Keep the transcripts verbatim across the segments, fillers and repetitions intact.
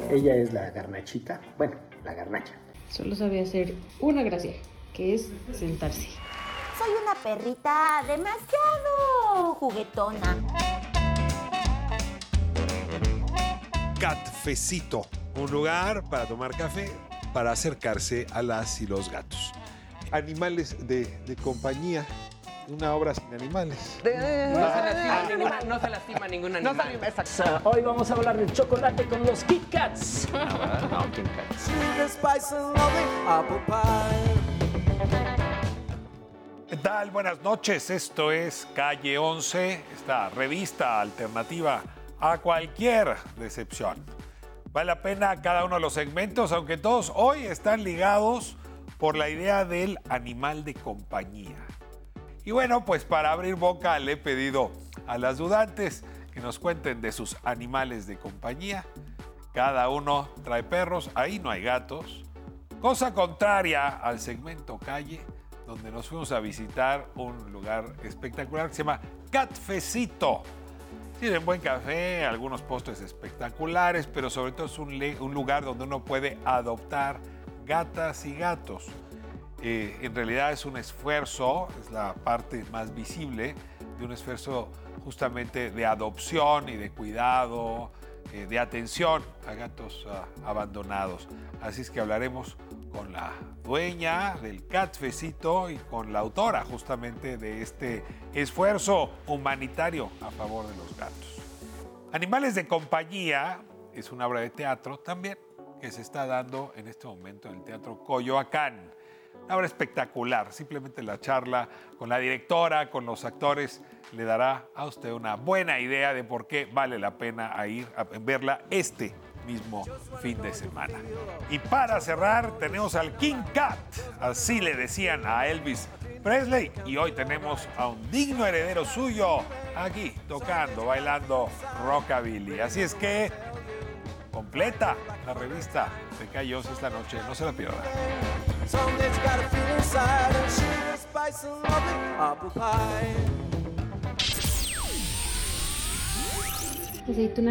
Ella es la garnachita, bueno, la garnacha. Solo sabe hacer una gracia, que es sentarse. Soy una perrita demasiado juguetona. Catfecito, un lugar para tomar café, para acercarse a las y los gatos. Animales de, de compañía, una obra sin animales. No se lastima, ninguna, no se lastima ningún animal. No se lastima, exacto. Hoy vamos a hablar del chocolate con los Kit Kats. No, ¿verdad? No, Kit Kats. ¿Qué tal? Buenas noches. Esto es Calle once, esta revista alternativa a cualquier decepción. Vale la pena cada uno de los segmentos, aunque todos hoy están ligados por la idea del animal de compañía. Y bueno, pues para abrir boca le he pedido a las dudantes que nos cuenten de sus animales de compañía. Cada uno trae perros, ahí no hay gatos. Cosa contraria al segmento Calle, donde nos fuimos a visitar un lugar espectacular que se llama Catfecito. Tienen buen café, algunos postres espectaculares, pero sobre todo es un, un lugar donde uno puede adoptar gatas y gatos. Eh, en realidad es un esfuerzo, es la parte más visible de un esfuerzo justamente de adopción y de cuidado, eh, de atención a gatos uh, abandonados. Así es que hablaremos con la dueña del Catfecito y con la autora justamente de este esfuerzo humanitario a favor de los gatos. Animales de compañía es una obra de teatro también que se está dando en este momento en el Teatro Coyoacán. Una obra espectacular, simplemente la charla con la directora, con los actores, le dará a usted una buena idea de por qué vale la pena ir a verla este mismo fin de semana. Y para cerrar tenemos al King Cat, así le decían a Elvis Presley, y hoy tenemos a un digno heredero suyo aquí tocando, bailando rockabilly. Así es que completa la revista de Calle once esta noche, no se la pierda. Aceituna.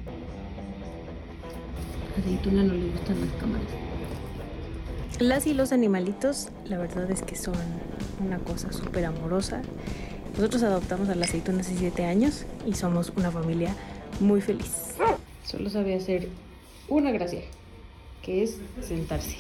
Aceituna no le gustan las cámaras. Las y los animalitos, la verdad es que son una cosa súper amorosa. Nosotros adoptamos a la aceituna hace siete años y somos una familia muy feliz. Solo sabe hacer una gracia, que es sentarse.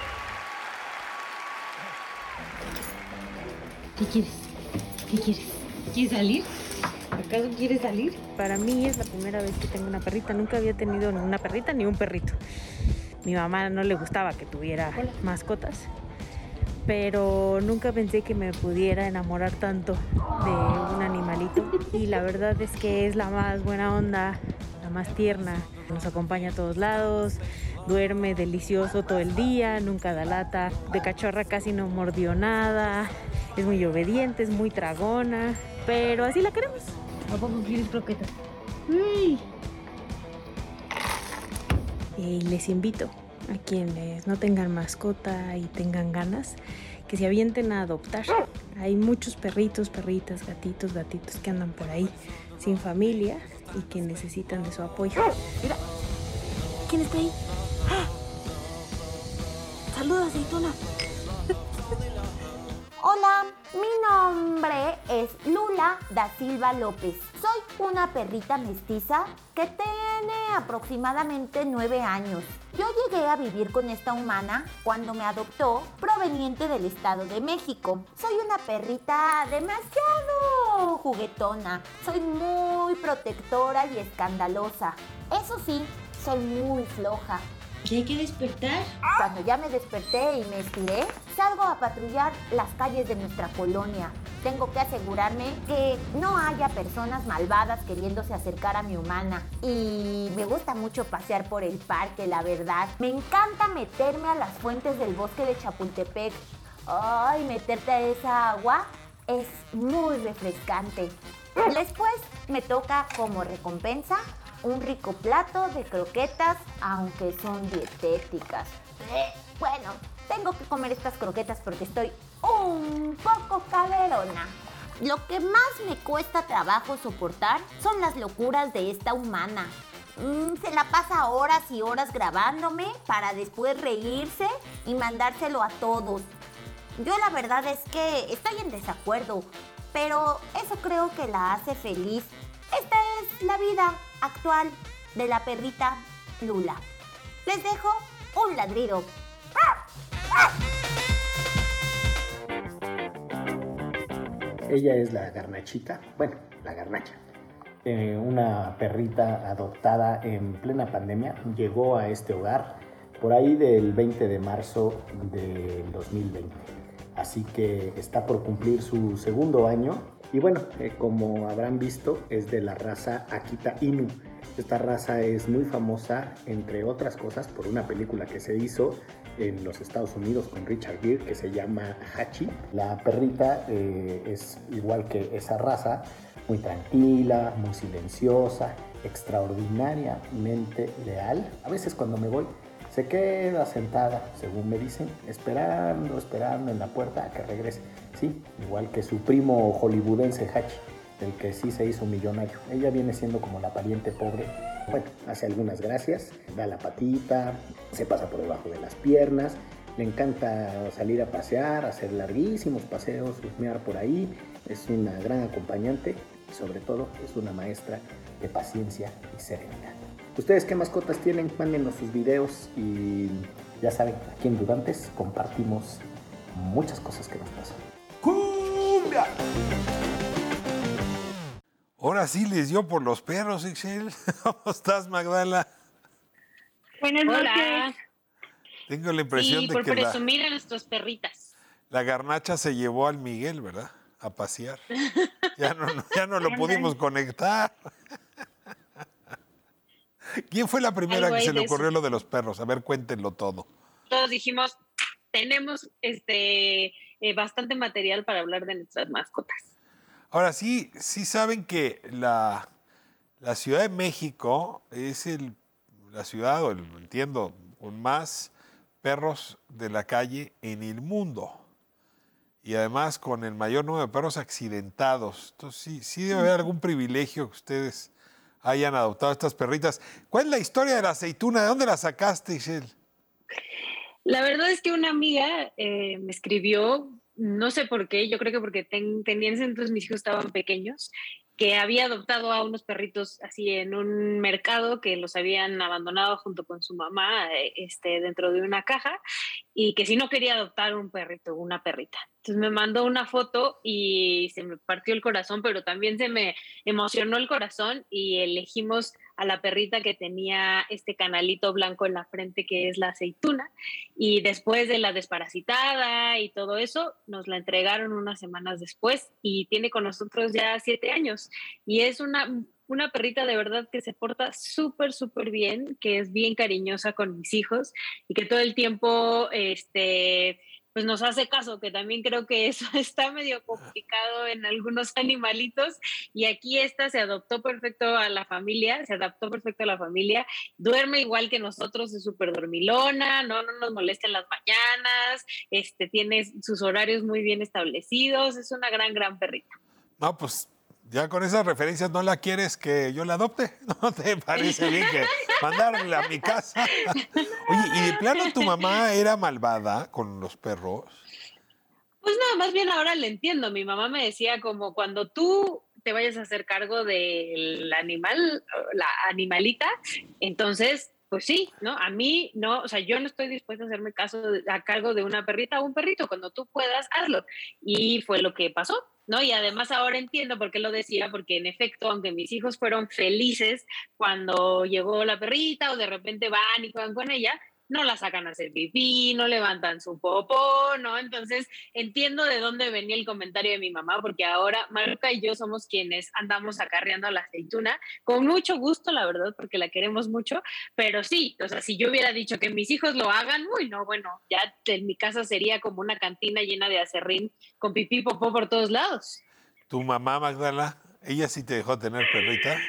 ¿Qué quieres? ¿Qué quieres? ¿Quieres salir? ¿Acaso quieres salir? Para mí es la primera vez que tengo una perrita. Nunca había tenido ni una perrita ni un perrito. Mi mamá no le gustaba que tuviera Hola. mascotas, pero nunca pensé que me pudiera enamorar tanto de un animalito. Y la verdad es que es la más buena onda, la más tierna. Nos acompaña a todos lados, duerme delicioso todo el día, nunca da lata. De cachorra casi no mordió nada, es muy obediente, es muy tragona, pero así la queremos. ¿A poco quieres croquetas? ¡Uy! Y les invito a quienes no tengan mascota y tengan ganas, que se avienten a adoptar. Hay muchos perritos, perritas, gatitos, gatitos que andan por ahí sin familia y que necesitan de su apoyo. Mira, ¿quién está ahí? ¡Ah! ¡Saluda, aceituna! Hola, mi nombre es Lula da Silva López. Soy una perrita mestiza que tiene aproximadamente nueve años. Yo llegué a vivir con esta humana cuando me adoptó, proveniente del Estado de México. Soy una perrita demasiado juguetona. Soy muy protectora y escandalosa. Eso sí, soy muy floja. ¿Y hay que despertar? Cuando ya me desperté y me estiré, salgo a patrullar las calles de nuestra colonia. Tengo que asegurarme que no haya personas malvadas queriéndose acercar a mi humana. Y me gusta mucho pasear por el parque, la verdad. Me encanta meterme a las fuentes del bosque de Chapultepec. Ay, meterte a esa agua es muy refrescante. Después me toca como recompensa un rico plato de croquetas, aunque son dietéticas. Bueno, tengo que comer estas croquetas porque estoy un poco caderona. Lo que más me cuesta trabajo soportar son las locuras de esta humana. Mm, se la pasa horas y horas grabándome para después reírse y mandárselo a todos. Yo la verdad es que estoy en desacuerdo, pero eso creo que la hace feliz. Esta es la vida actual de la perrita Lula. Les dejo un ladrido. Ella es la garnachita, bueno, la garnacha. Eh, una perrita adoptada en plena pandemia, llegó a este hogar por ahí del veinte de marzo del dos mil veinte. Así que está por cumplir su segundo año. Y bueno, eh, como habrán visto, es de la raza Akita Inu. Esta raza es muy famosa, entre otras cosas, por una película que se hizo en los Estados Unidos con Richard Gere que se llama Hachi. La perrita eh, es igual que esa raza, muy tranquila, muy silenciosa, extraordinariamente leal. A veces cuando me voy se queda sentada, según me dicen, esperando, esperando en la puerta a que regrese. Sí, igual que su primo hollywoodense Hachi, el que sí se hizo millonario. Ella viene siendo como la pariente pobre. Bueno, hace algunas gracias, da la patita, se pasa por debajo de las piernas, le encanta salir a pasear, hacer larguísimos paseos, husmear por ahí. Es una gran acompañante y sobre todo es una maestra de paciencia y serenidad. ¿Ustedes qué mascotas tienen? Mándenos sus videos y ya saben, aquí en Durantes compartimos muchas cosas que nos pasan. ¡Cumbia! Ahora sí les dio por los perros, Ixchel. ¿Cómo estás, Magdala? Buenas Hola. noches. Tengo la impresión Sí, de por que la, presumir a nuestras perritas. la garnacha se llevó al Miguel, ¿verdad? A pasear. Ya no, no- ya no lo pudimos conectar. ¿Quién fue la primera Algo que hay se le de eso. ocurrió lo de los perros? A ver, cuéntenlo todo. Todos dijimos, tenemos este eh, bastante material para hablar de nuestras mascotas. Ahora sí, sí saben que la, la Ciudad de México es el, la ciudad, o el, entiendo, con más perros de la calle en el mundo. Y además con el mayor número de perros accidentados. Entonces sí, sí debe haber algún privilegio que ustedes hayan adoptado estas perritas. ¿Cuál es la historia de la aceituna? ¿De dónde la sacaste, Ixchel? La verdad es que una amiga eh, me escribió, no sé por qué, yo creo que porque ten, tenían entonces mis hijos estaban pequeños, que había adoptado a unos perritos así en un mercado que los habían abandonado junto con su mamá eh, este, dentro de una caja y que si no quería adoptar un perrito, una perrita. Entonces me mandó una foto y se me partió el corazón, pero también se me emocionó el corazón y elegimos a la perrita que tenía este canalito blanco en la frente que es la aceituna y después de la desparasitada y todo eso nos la entregaron unas semanas después y tiene con nosotros ya siete años y es una, una perrita de verdad que se porta súper súper bien, que es bien cariñosa con mis hijos y que todo el tiempo este pues nos hace caso, que también creo que eso está medio complicado en algunos animalitos y aquí esta se adoptó perfecto a la familia, se adaptó perfecto a la familia, duerme igual que nosotros, es súper dormilona, no, no nos molesta en las mañanas, este, tiene sus horarios muy bien establecidos, es una gran, gran perrita. No, pues ya con esas referencias no la quieres que yo la adopte. ¿No te parece bien que mandarla a mi casa? Oye, ¿y de plano tu mamá era malvada con los perros? Pues no, más bien ahora le entiendo. Mi mamá me decía como cuando tú te vayas a hacer cargo del animal, la animalita, entonces, pues sí, ¿no? A mí no, o sea, yo no estoy dispuesta a hacerme caso a cargo de una perrita o un perrito. Cuando tú puedas, hazlo. Y fue lo que pasó, ¿no? Y además ahora entiendo por qué lo decía, porque en efecto, aunque mis hijos fueron felices cuando llegó la perrita o de repente van y juegan con ella, no la sacan a hacer pipí, no levantan su popó, ¿no? Entonces entiendo de dónde venía el comentario de mi mamá, porque ahora Maruca y yo somos quienes andamos acarreando a la aceituna, con mucho gusto, la verdad, porque la queremos mucho, pero sí, o sea, si yo hubiera dicho que mis hijos lo hagan, uy, no, bueno, ya en mi casa sería como una cantina llena de acerrín con pipí y popó por todos lados. ¿Tu mamá, Magdala, ella sí te dejó tener perrita?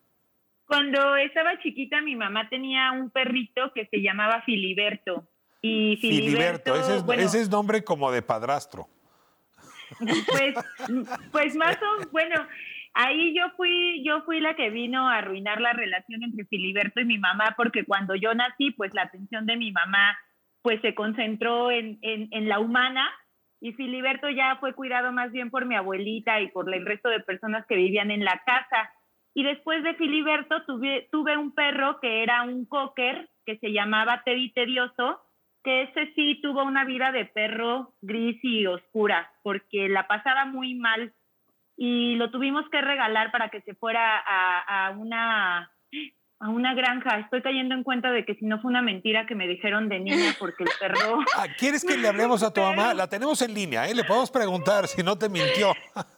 Cuando estaba chiquita, mi mamá tenía un perrito que se llamaba Filiberto. Y Filiberto, Filiberto, ese es, bueno, ese es nombre como de padrastro. Pues, pues más o bueno, ahí yo fui, yo fui la que vino a arruinar la relación entre Filiberto y mi mamá, porque cuando yo nací, pues la atención de mi mamá pues se concentró en, en, en la humana, y Filiberto ya fue cuidado más bien por mi abuelita y por el resto de personas que vivían en la casa. Y después de Filiberto tuve, tuve un perro que era un cocker, que se llamaba Teddy Tedioso, que ese sí tuvo una vida de perro gris y oscura, porque la pasaba muy mal, y lo tuvimos que regalar para que se fuera a, a una... a una granja. Estoy cayendo en cuenta de que si no fue una mentira que me dijeron de niña, porque el perro... Ah, ¿quieres que le hablemos a tu mamá? La tenemos en línea, ¿eh? Le podemos preguntar si no te mintió.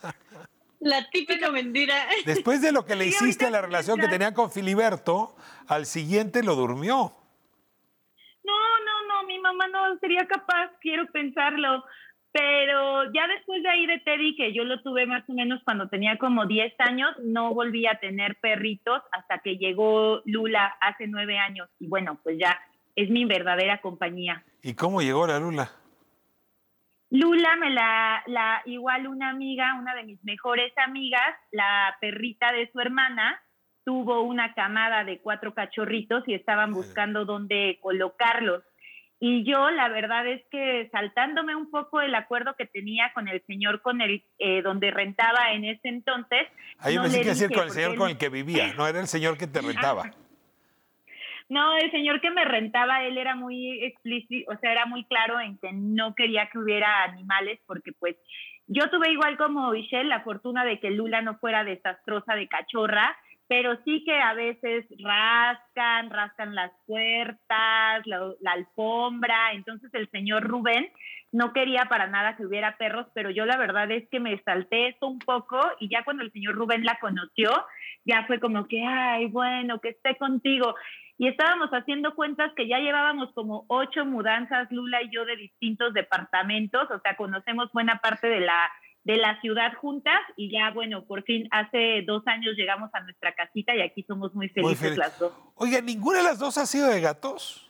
La típica mentira. Después de lo que le Sí, hiciste a la ahorita- relación que tenía con Filiberto, al siguiente lo durmió. No, no, no, mi mamá no sería capaz, quiero pensarlo. Pero ya después de ahí de Teddy, que yo lo tuve más o menos cuando tenía como diez años, no volví a tener perritos hasta que llegó Lula hace nueve años. Y bueno, pues ya es mi verdadera compañía. ¿Y cómo llegó la Lula? Lula me la, la, igual una amiga, una de mis mejores amigas, la perrita de su hermana, tuvo una camada de cuatro cachorritos y estaban buscando dónde colocarlos. Y yo, la verdad es que saltándome un poco el acuerdo que tenía con el señor con el eh, donde rentaba en ese entonces. Ahí no me pensé le que decir dije, con el señor porque con él- el que vivía, no era el señor que te rentaba. No, el señor que me rentaba, él era muy explícito, o sea, era muy claro en que no quería que hubiera animales, porque pues yo tuve igual como Michelle la fortuna de que Lula no fuera desastrosa de cachorra, pero sí que a veces rascan, rascan las puertas, la, la alfombra. Entonces el señor Rubén no quería para nada que hubiera perros, pero yo la verdad es que me salté esto un poco, y ya cuando el señor Rubén la conoció, ya fue como que, ay, bueno, que esté contigo. Y estábamos haciendo cuentas que ya llevábamos como ocho mudanzas, Lula y yo, de distintos departamentos, o sea, conocemos buena parte de la de la ciudad juntas, y ya, bueno, por fin hace dos años llegamos a nuestra casita y aquí somos muy felices Muy feliz. las dos. Oiga, ¿ninguna de las dos ha sido de gatos?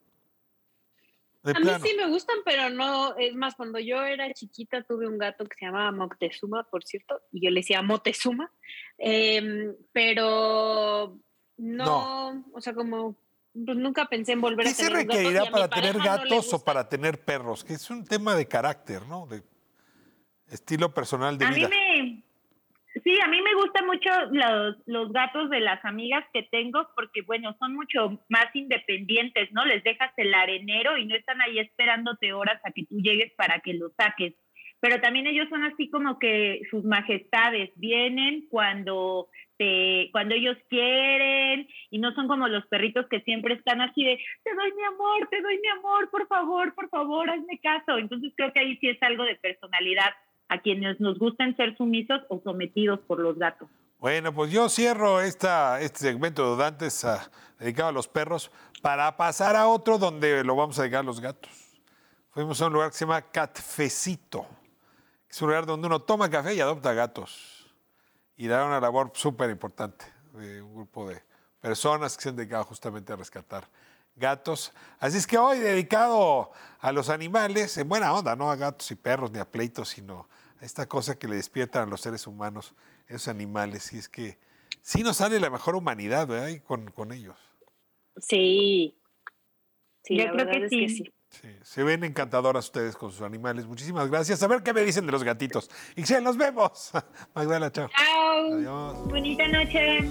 De A mí plano. sí me gustan, pero no, es más, cuando yo era chiquita tuve un gato que se llamaba Moctezuma, por cierto, y yo le decía Motezuma, eh, pero no, No. o sea, como pues nunca pensé en volver ¿Qué a se tener un gato, y requerirá a mi para pareja tener no le gatos o gusta. para tener perros? Que es un tema de carácter, ¿no? De estilo personal de A mí vida. me, sí, a mí me gustan mucho los, los gatos de las amigas que tengo, porque, bueno, son mucho más independientes, ¿no? Les dejas el arenero y no están ahí esperándote horas a que tú llegues para que los saques. Pero también ellos son así como que sus majestades vienen cuando te, cuando ellos quieren, y no son como los perritos que siempre están así de, te doy mi amor, te doy mi amor, por favor, por favor, hazme caso. Entonces creo que ahí sí es algo de personalidad, a quienes nos gustan ser sumisos o sometidos por los gatos. Bueno, pues yo cierro esta, este segmento de Dantes a, dedicado a los perros para pasar a otro donde lo vamos a dedicar a los gatos. Fuimos a un lugar que se llama Catfecito. Es un lugar donde uno toma café y adopta gatos. Y da una labor súper importante de un grupo de personas que se han dedicado justamente a rescatar gatos. Así es que hoy dedicado a los animales, en buena onda, no a gatos y perros ni a pleitos, sino a esta cosa que le despiertan a los seres humanos, esos animales. Y es que sí nos sale la mejor humanidad, ¿verdad? Y con, con ellos. Sí, sí, Yo la creo verdad que es sí. que sí. Sí, se ven encantadoras ustedes con sus animales. Muchísimas gracias. A ver qué me dicen de los gatitos. Ixel, nos vemos. Magdalena, chao. ¡Chao! Adiós. Bonita noche.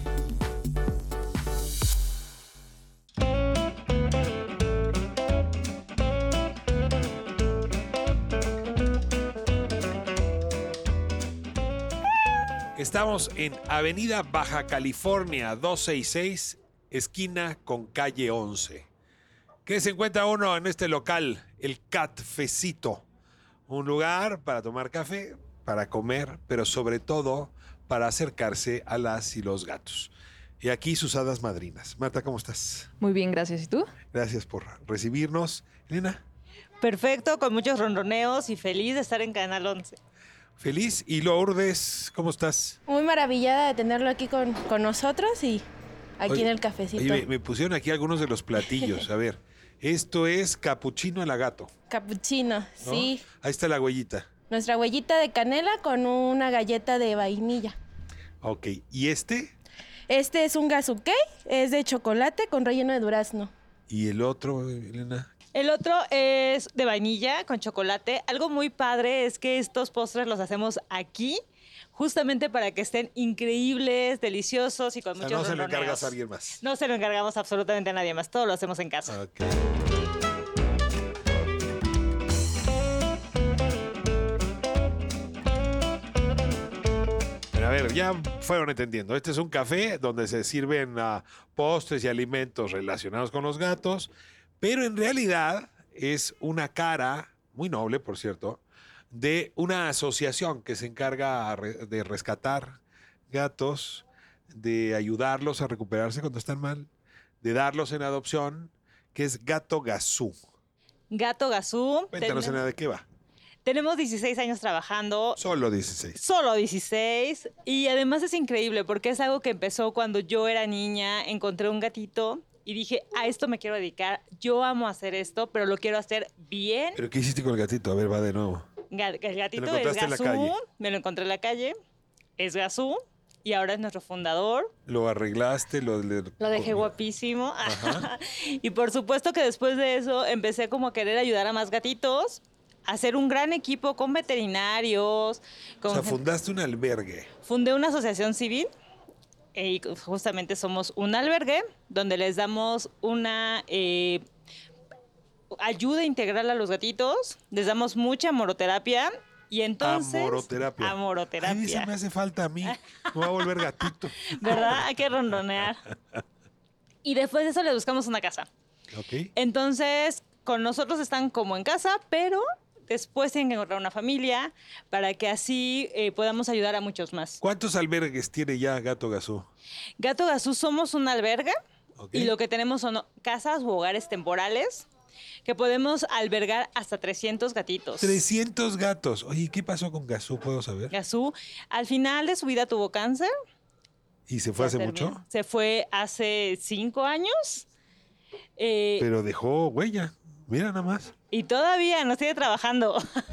Estamos en Avenida Baja California doscientos sesenta y seis, esquina con calle once. ¿Qué se encuentra uno en este local? El Catfecito. Un lugar para tomar café, para comer, pero sobre todo para acercarse a las y los gatos. Y aquí sus hadas madrinas. Marta, ¿cómo estás? Muy bien, gracias. ¿Y tú? Gracias por recibirnos. Elena, Perfecto, con muchos ronroneos y feliz de estar en Canal once. feliz. Y Lourdes, ¿cómo estás? Muy maravillada de tenerlo aquí con, con nosotros y aquí Oye, en el cafecito. Oye, me, me pusieron aquí algunos de los platillos. A ver, esto es capuchino a la gato, Capuchino, ¿no? sí. Ahí está la huellita. Nuestra huellita de canela con una galleta de vainilla. Ok, ¿y este? Este es un gazukei, es de chocolate con relleno de durazno. ¿Y el otro, Elena? El otro es de vainilla con chocolate. Algo muy padre es que estos postres los hacemos aquí, justamente para que estén increíbles, deliciosos y con O sea, muchos no se lo ronroneos. encargas a alguien más. No se lo encargamos absolutamente a nadie más, todo lo hacemos en casa. Ok. A ver, ya fueron entendiendo. Este es un café donde se sirven uh, postres y alimentos relacionados con los gatos, pero en realidad es una cara, muy noble, por cierto, de una asociación que se encarga de rescatar gatos, de ayudarlos a recuperarse cuando están mal, de darlos en adopción, que es Gato Gazú. Gato Gazú. Cuéntanos, Elena, ¿de qué va? Tenemos dieciséis años trabajando. Solo dieciséis. Solo dieciséis. Y además es increíble porque es algo que empezó cuando yo era niña. Encontré un gatito y dije, a esto me quiero dedicar. Yo amo hacer esto, pero lo quiero hacer bien. ¿Pero qué hiciste con el gatito? A ver, va de nuevo. Ga- El gatito ¿Te lo es encontraste en la Gazú. calle? Me lo encontré en la calle. Es Gazú. Y ahora es nuestro fundador. Lo arreglaste, lo... Le... Lo dejé guapísimo. Y por supuesto que después de eso empecé como a querer ayudar a más gatitos. Hacer un gran equipo con veterinarios. Con O sea, fundaste un albergue. Fundé una asociación civil y justamente somos un albergue donde les damos una eh, ayuda integral a los gatitos, les damos mucha amoroterapia y entonces... Amoroterapia. Amoroterapia. Ay, esa me hace falta a mí. Me voy a volver gatito. ¿Verdad? Hay que ronronear. Y después de eso les buscamos una casa. Ok. Entonces, con nosotros están como en casa, pero después tienen que encontrar una familia para que así eh, podamos ayudar a muchos más. ¿Cuántos albergues tiene ya Gato Gazú? Gato Gazú somos un albergue Ok. y lo que tenemos son casas u hogares temporales que podemos albergar hasta trescientos gatitos. trescientos gatos. Oye, ¿qué pasó con Gazú? ¿Puedo saber? Gazú, al final de su vida tuvo cáncer. ¿Y se fue hace Terminó. mucho? Se fue hace cinco años. Eh, Pero dejó huella. Mira nada más. y todavía nos sigue trabajando.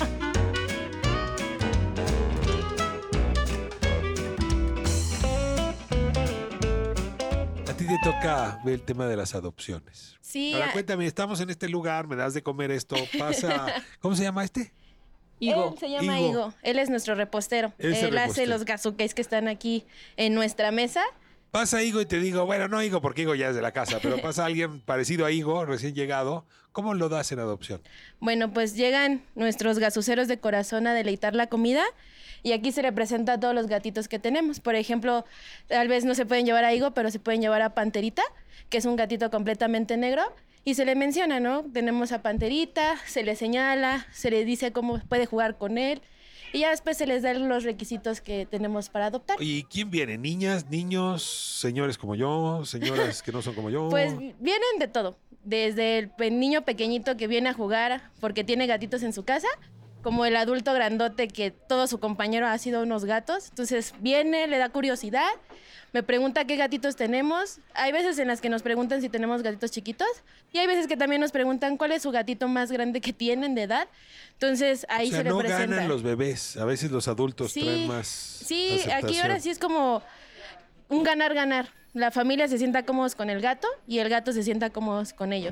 A ti te toca ver el tema de las adopciones. Sí. Ahora a- cuéntame, estamos en este lugar, me das de comer esto, pasa... ¿Cómo se llama este? Higo. Él se llama Higo. Higo. Él es nuestro repostero. Él es el Él hace repostero. los gazukeis que están aquí en nuestra mesa. Pasa Higo y te digo, bueno, no Higo porque Higo ya es de la casa, pero pasa alguien parecido a Higo, recién llegado, ¿cómo lo das en adopción? Bueno, pues llegan nuestros gasuceros de corazón a deleitar la comida y aquí se representa a todos los gatitos que tenemos. Por ejemplo, tal vez no se pueden llevar a Higo, pero se pueden llevar a Panterita, que es un gatito completamente negro, y se le menciona, ¿no? Tenemos a Panterita, se le señala, se le dice cómo puede jugar con él, y ya después se les dan los requisitos que tenemos para adoptar. ¿Y quién viene? ¿Niñas, niños, señores como yo, señoras que no son como yo? Pues vienen de todo, desde el pe- niño pequeñito que viene a jugar porque tiene gatitos en su casa, como el adulto grandote que todo su compañero ha sido unos gatos. Entonces viene, le da curiosidad, me pregunta qué gatitos tenemos. Hay veces en las que nos preguntan si tenemos gatitos chiquitos y hay veces que también nos preguntan cuál es su gatito más grande que tienen de edad. Entonces ahí o sea, se le no presenta. ganan los bebés, a veces los adultos Sí, traen más Sí, aquí aceptación. ahora sí es como un ganar-ganar. La familia se sienta cómodos con el gato y el gato se sienta cómodos con ellos.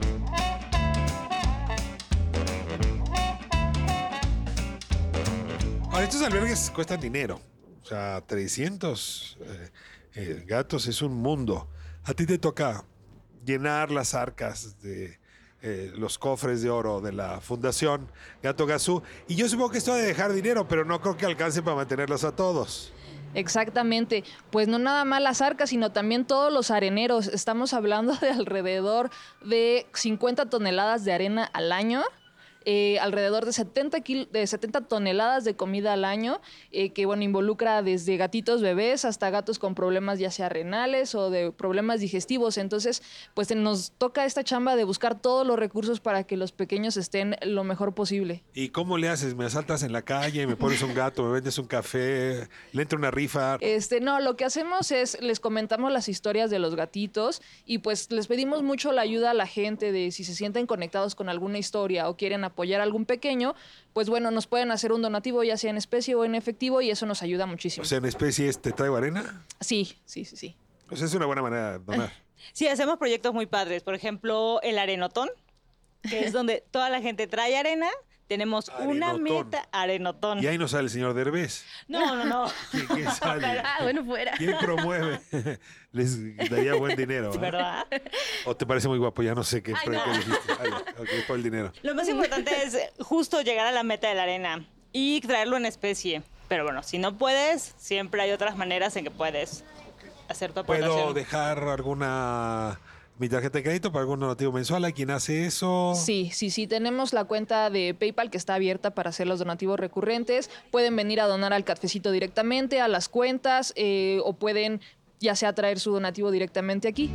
Ahora, estos albergues cuestan dinero. O sea, trescientos eh, eh, gatos es un mundo. A ti te toca llenar las arcas de eh, los cofres de oro de la Fundación Gato Gazú. Y yo supongo que esto ha de dejar dinero, pero no creo que alcance para mantenerlos a todos. Exactamente, pues no nada más las arcas, sino también todos los areneros. Estamos hablando de alrededor de cincuenta toneladas de arena al año. Eh, alrededor de setenta, kil- de setenta toneladas de comida al año, eh, que bueno, involucra desde gatitos bebés hasta gatos con problemas ya sea renales o de problemas digestivos. Entonces, pues nos toca esta chamba de buscar todos los recursos para que los pequeños estén lo mejor posible. ¿Y cómo le haces? ¿Me asaltas en la calle? ¿Me pones un gato? ¿Me vendes un café? ¿Le entra una rifa? Este, no, lo que hacemos es, les comentamos las historias de los gatitos y pues les pedimos mucho la ayuda a la gente de si se sienten conectados con alguna historia o quieren apoyar a algún pequeño, pues bueno, nos pueden hacer un donativo, ya sea en especie o en efectivo, y eso nos ayuda muchísimo. O sea, en especie es, ¿te traigo arena? Sí, sí, sí, sí. Pues es una buena manera de donar. Sí, hacemos proyectos muy padres. Por ejemplo, el Arenotón, que es donde toda la gente trae arena. Tenemos Arenotón. una meta, Arenotón. Y ahí no sale el señor Derbez. No, no, no. ¿Quién, quién sale? Ah, bueno, fuera. ¿Quién promueve? Les daría buen dinero. ¿eh? ¿Verdad? ¿O te parece muy guapo? Ya no sé qué, Ay, pero no. qué dijiste. Vale, ok, por el dinero. Lo más importante es justo llegar a la meta de la arena y traerlo en especie. Pero bueno, si no puedes, siempre hay otras maneras en que puedes hacer tu aportación. ¿Puedo dejar alguna... mi tarjeta de crédito para algún donativo mensual? ¿Hay quien hace eso? Sí, sí, sí. Tenemos la cuenta de PayPal que está abierta para hacer los donativos recurrentes. Pueden venir a donar al cafecito directamente, a las cuentas, eh, o pueden ya sea traer su donativo directamente aquí.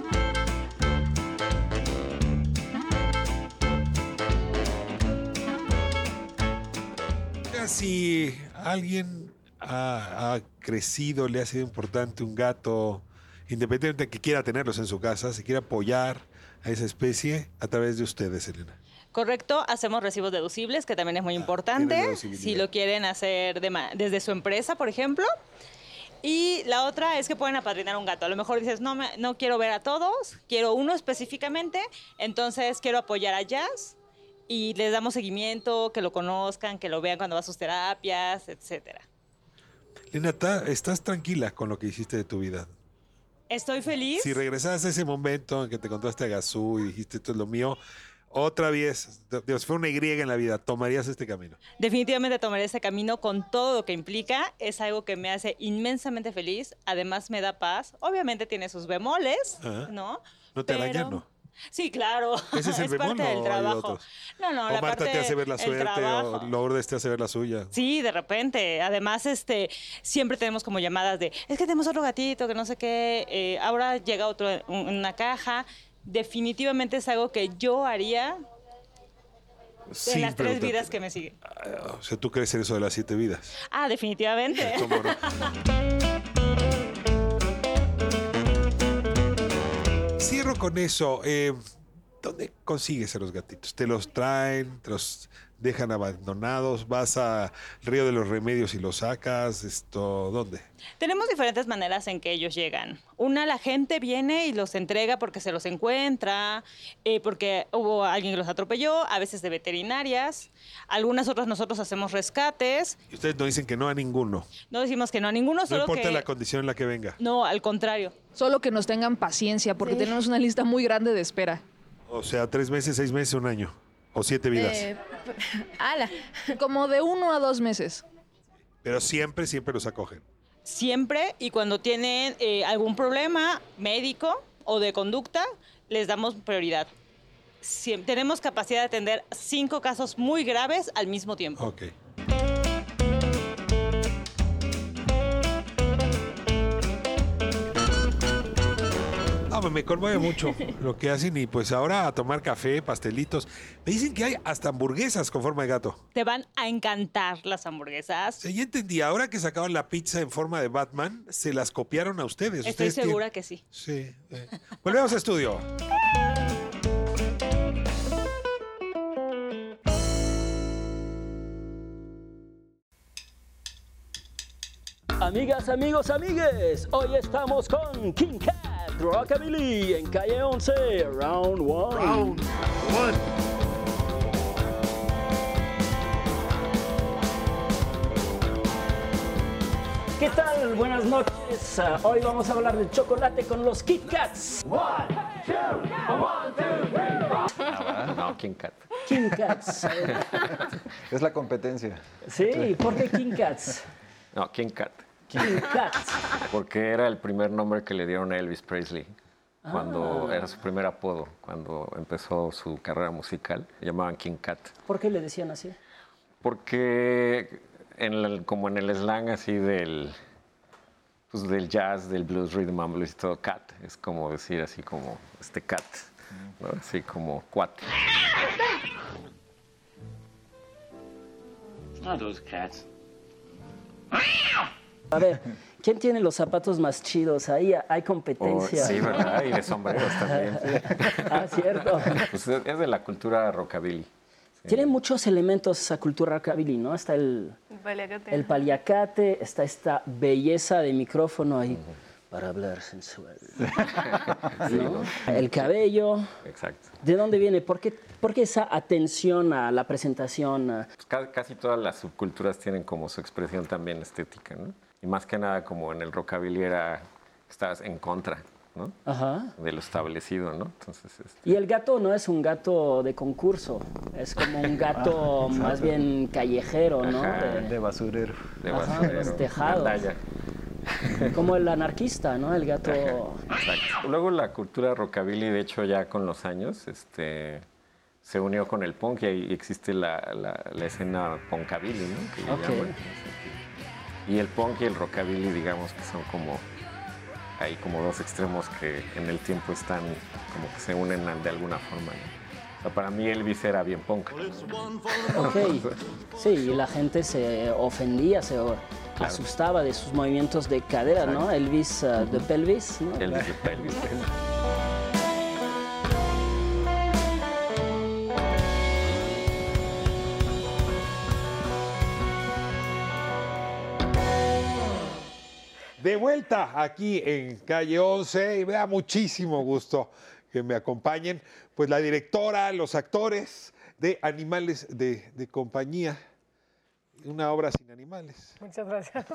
Si alguien ha, ha crecido, le ha sido importante un gato, independientemente de que quiera tenerlos en su casa, si quiere apoyar a esa especie a través de ustedes, Elena. Correcto, hacemos recibos deducibles, que también es muy importante, si lo quieren hacer de ma- desde su empresa, por ejemplo. Y la otra es que pueden apadrinar un gato. A lo mejor dices, no, me, no quiero ver a todos, quiero uno específicamente, entonces quiero apoyar a Jazz y les damos seguimiento, que lo conozcan, que lo vean cuando va a sus terapias, etcétera. Elena, ¿ta- ¿estás tranquila con lo que hiciste de tu vida? Estoy feliz. Si regresaras a ese momento en que te encontraste a Gazú y dijiste, esto es lo mío, otra vez, Dios, fue una Y en la vida, ¿tomarías este camino? Definitivamente tomaré ese camino con todo lo que implica. Es algo que me hace inmensamente feliz. Además me da paz. Obviamente tiene sus bemoles, Ajá. ¿no? ¿No te Pero- arañan, no? Sí, claro. ¿Ese es el bemol parte o del hay trabajo. otros? No, no, o la Marta parte te hace ver la el suerte, trabajo. o Lourdes te hace ver la suya. Sí, de repente. Además, este, siempre tenemos como llamadas de, es que tenemos otro gatito, que no sé qué, eh, ahora llega otro en en una caja. Definitivamente es algo que yo haría en Sin las tres preguntarte. vidas que me siguen. O sea, ¿tú crees en eso de las siete vidas? Ah, definitivamente. ¿Cómo no? Cierro con eso. Eh, ¿Dónde consigues a los gatitos? ¿Te los traen? ¿Te los dejan abandonados? ¿Vas al Río de los Remedios y los sacas? Esto, ¿dónde? Tenemos diferentes maneras en que ellos llegan. Una, la gente viene y los entrega porque se los encuentra, eh, porque hubo alguien que los atropelló, a veces de veterinarias. Algunas otras nosotros hacemos rescates. Y ustedes no dicen que no a ninguno. No decimos que no a ninguno, No solo importa que... la condición en la que venga. No, al contrario. Solo que nos tengan paciencia, porque Sí. tenemos una lista muy grande de espera. O sea, tres meses, seis meses, un año. O siete vidas. Eh, ala. Como de uno a dos meses. Pero siempre, siempre los acogen. Siempre, y cuando tienen eh, algún problema médico o de conducta, les damos prioridad. Siem- tenemos capacidad de atender cinco casos muy graves al mismo tiempo. Ok. No, me- me conmueve mucho lo que hacen y pues ahora a tomar café, pastelitos. Me dicen que hay hasta hamburguesas con forma de gato. Te van a encantar las hamburguesas. Sí, ya entendí, ahora que sacaron la pizza en forma de Batman, se las copiaron a ustedes. Estoy Ustedes segura que sí. tienen- Sí. eh. Volvemos a estudio. Amigas, amigos, amigues, hoy estamos con King Cat Rockabilly en calle once, round one. Round one. ¿Qué tal? Buenas noches. Ah, hoy vamos a hablar de chocolate con los Kit Kats. Ah, no, King Cat. King Cats. Es la competencia. Sí, ¿por qué King Cats? No, King Cat. King Cats. Porque era el primer nombre que le dieron a Elvis Presley. Cuando Ah. era su primer apodo, cuando empezó su carrera musical, le llamaban King Cat. ¿Por qué le decían así? Porque en el- como en el slang así del, pues del jazz, del blues, rhythm and blues y todo, cat, es como decir así como este cat, ¿no? Así como cuate. Ah, those cats. A ver, ¿quién tiene los zapatos más chidos? Ahí hay competencia. Oh, sí, ¿verdad? Y de sombreros también. Ah, cierto. Pues es es de la cultura rockabilly. Tiene muchos elementos esa cultura rockabilly, ¿no? Está el, Paliacate. el paliacate, está esta belleza de micrófono ahí para hablar sensual. ¿No? El cabello. Exacto. ¿De dónde viene? ¿Por qué, por qué esa atención a la presentación? a- Pues ca- casi todas las subculturas tienen como su expresión también estética, ¿no? Y más que nada como en el rockabilly era, estabas en contra, ¿no? Ajá. De lo establecido, ¿no? Entonces, este, Y el gato no es un gato de concurso, es como un gato Ah, más bien callejero, ¿no? Ajá. De, basurero. de Ajá, basurero, los tejados. gandalla. Como el anarquista, ¿no? El gato... Exacto. Luego la cultura rockabilly, de hecho, ya con los años, este, se unió con el punk y ahí existe la, la, la escena punkabilly, ¿no? Que le Ok. llaman. Y el punk y el rockabilly, digamos que son como, hay como dos extremos que en el tiempo están, como que se unen de alguna forma, ¿no? O sea, para mí Elvis era bien punk. Ok, sí, y la gente se ofendía, se asustaba de sus movimientos de cadera, ¿no? Elvis uh, de pelvis, ¿no? Elvis de pelvis. De vuelta aquí en Calle once y me da muchísimo gusto que me acompañen, pues la directora, los actores de Animales de, de Compañía, una obra sin animales. Muchas gracias.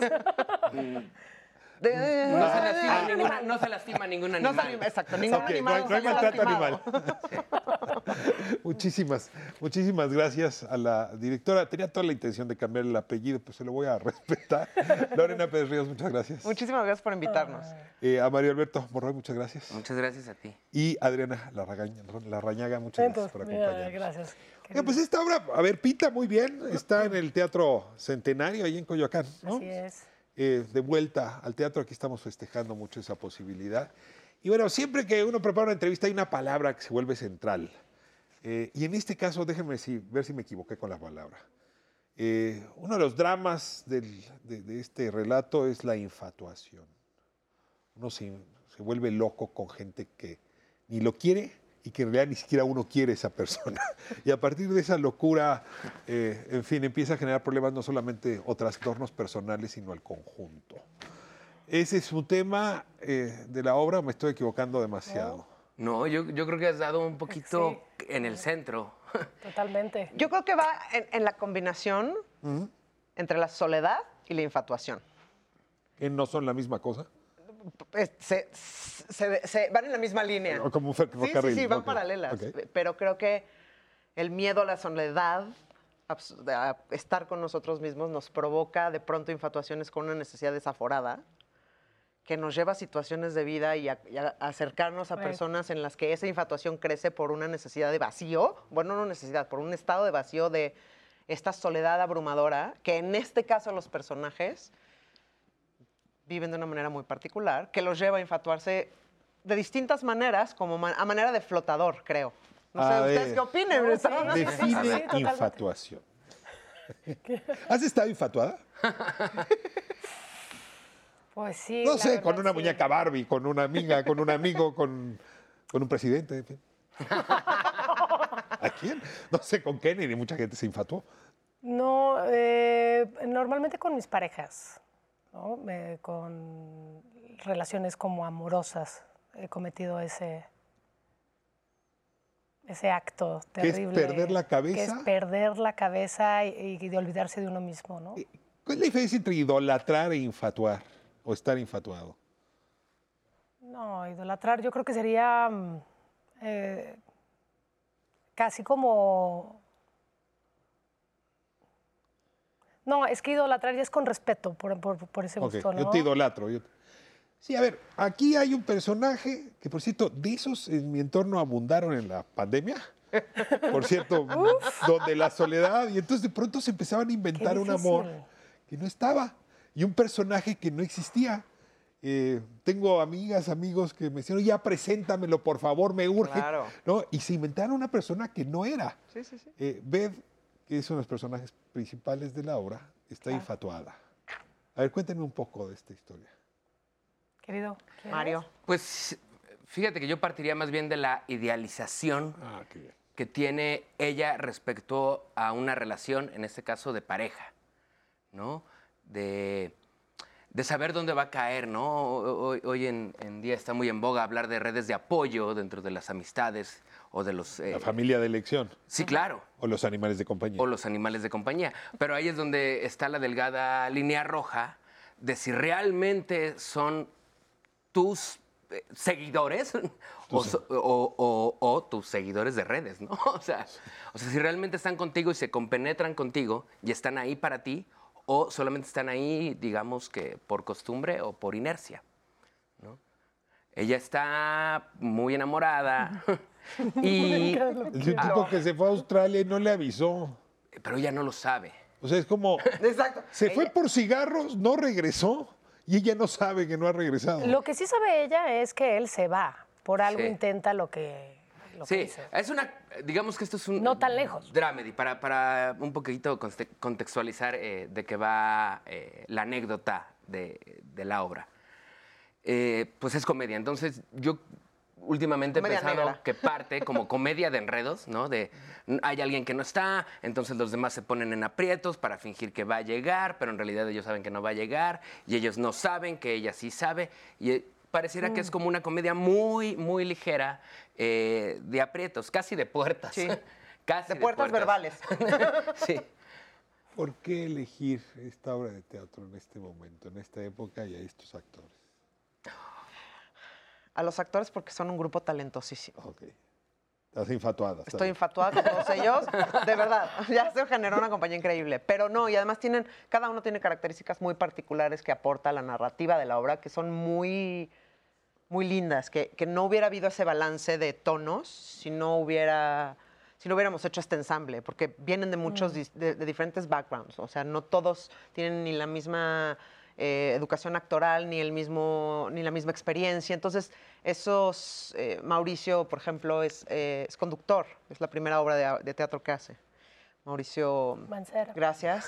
No se lastima, ninguna, no se lastima ningún No animal. se anima- exacto, ningún Ok, animal no hay- no hay sale maltrato lastimado. animal. Muchísimas, muchísimas gracias a la directora. Tenía toda la intención de cambiar el apellido, pues se lo voy a respetar. Lorena Pérez Ríos, muchas gracias. Muchísimas gracias por invitarnos. Eh, a Mario Alberto Morroy, muchas gracias. Muchas gracias a ti. Y Adriana Larragaña- Larrañaga, muchas gracias por Mira, acompañarnos. gracias. Oiga, pues esta obra, a ver, pinta muy bien. Está en el Teatro Centenario, ahí en Coyoacán, ¿no? Así es. Eh, de vuelta al teatro, aquí estamos festejando mucho esa posibilidad. Y bueno, siempre que uno prepara una entrevista hay una palabra que se vuelve central. Eh, y en este caso, déjenme si- ver si me equivoqué con la palabra. Eh, uno de los dramas del- de, de este relato es la infatuación. Uno se, se vuelve loco con gente que ni lo quiere y que en realidad ni siquiera uno quiere esa persona. Y a partir de esa locura, eh, en fin, empieza a generar problemas no solamente o trastornos personales, sino al conjunto. Ese es un tema eh, de la obra, o me estoy equivocando demasiado. No, yo, yo creo que has dado un poquito en el centro. Totalmente. Yo creo que va en, en la combinación entre la soledad y la infatuación. ¿Que no son la misma cosa? Es- Se, se- se- van en la misma línea. O como un fer- Sí, sí, ferrocarril, sí, van ok, paralelas. ok. Pero creo que el miedo a la soledad, abs- a estar con nosotros mismos, nos provoca de pronto infatuaciones con una necesidad desaforada que nos lleva a situaciones de vida y a, y a acercarnos a Right. personas en las que esa infatuación crece por una necesidad de vacío, bueno, no necesidad, por un estado de vacío de esta soledad abrumadora, que en este caso los personajes viven de una manera muy particular, que los lleva a infatuarse de distintas maneras, como ma- a manera de flotador, creo. No sé, A ¿ustedes ver, qué opinen? No, Estaban- sí. Define totalmente. infatuación. ¿Has estado infatuada? Pues sí. No la sé, verdad, con una sí. muñeca Barbie, con una amiga, con un amigo, con, con un presidente. En fin. ¿A quién? No sé, con Kennedy mucha gente se infatuó. No, eh, normalmente con mis parejas, ¿no? Eh, con relaciones como amorosas he cometido ese, ese acto ¿Qué es terrible. perder la cabeza? Que es perder la cabeza y, y de olvidarse de uno mismo, ¿no? ¿Cuál es la diferencia entre idolatrar e infatuar? O estar infatuado. No, idolatrar yo creo que sería mm, eh, casi como... No, es que idolatrar ya es con respeto por, por, por ese Ok, gusto, ¿no? yo te idolatro. yo te- Sí, a ver, aquí hay un personaje que, por cierto, de esos en mi entorno abundaron en la pandemia. Por cierto, donde la soledad, y entonces de pronto se empezaban a inventar Qué un amor difícil. que no estaba y un personaje que no existía. Eh, tengo amigas, amigos que me decían, ya preséntamelo, por favor, me urge. Claro. ¿No? Y se inventaron una persona que no era. Sí, sí, sí. Eh, Beth, que es uno de los personajes principales de la obra, está infatuada. A ver, cuéntenme un poco de esta historia. Querido. ¿quieres? Mario. Pues fíjate que yo partiría más bien de la idealización Ah, qué bien. que tiene ella respecto a una relación, en este caso de pareja, ¿no? De, de saber dónde va a caer, ¿no? Hoy, hoy en, en día está muy en boga hablar de redes de apoyo dentro de las amistades o de los... Eh, La familia de elección. Sí, claro. O los animales de compañía. O los animales de compañía. Pero ahí es donde está la delgada línea roja de si realmente son tus eh, seguidores o, so- o- o- o tus seguidores de redes, ¿no? O sea, o sea, si realmente están contigo y se compenetran contigo y están ahí para ti, o solamente están ahí, digamos que por costumbre o por inercia, ¿no? Ella está muy enamorada y... El tipo que se fue a Australia y no le avisó. Pero ella no lo sabe. O sea, es como... Exacto. Se fue por cigarros, no regresó y ella no sabe que no ha regresado. Lo que sí sabe ella es que él se va. Por algo Sí. intenta lo que, lo que Sí, hizo. es una, digamos que esto es un... No tan lejos. Dramedy, para, para un poquito conte- contextualizar eh, de qué va eh, la anécdota de, de la obra. Eh, pues es comedia, entonces yo últimamente he Comedia pensado negra. que parte como comedia de enredos, ¿no? De n- hay alguien que no está, entonces los demás se ponen en aprietos para fingir que va a llegar, pero en realidad ellos saben que no va a llegar y ellos no saben que ella sí sabe y eh, pareciera que es como una comedia muy, muy ligera eh, de aprietos, casi de puertas. Sí. Casi De puertas verbales. Sí. ¿Por qué elegir esta obra de teatro en este momento, en esta época y a estos actores? A los actores porque son un grupo talentosísimo. Ok. Estás infatuada. está Estoy bien. infatuada con todos ellos, de verdad. Ya se generó una compañía increíble. Pero no, y además tienen, cada uno tiene características muy particulares que aporta la narrativa de la obra, que son muy, muy lindas, que, que no hubiera habido ese balance de tonos si no hubiera, si no hubiéramos hecho este ensamble, porque vienen de muchos, dis- de, de diferentes backgrounds. O sea, no todos tienen ni la misma eh, educación actoral, ni el mismo, ni la misma experiencia. Entonces, esos, eh, Mauricio, por ejemplo, es, eh, es conductor, es la primera obra de, de teatro que hace. Mauricio, Mancera. gracias.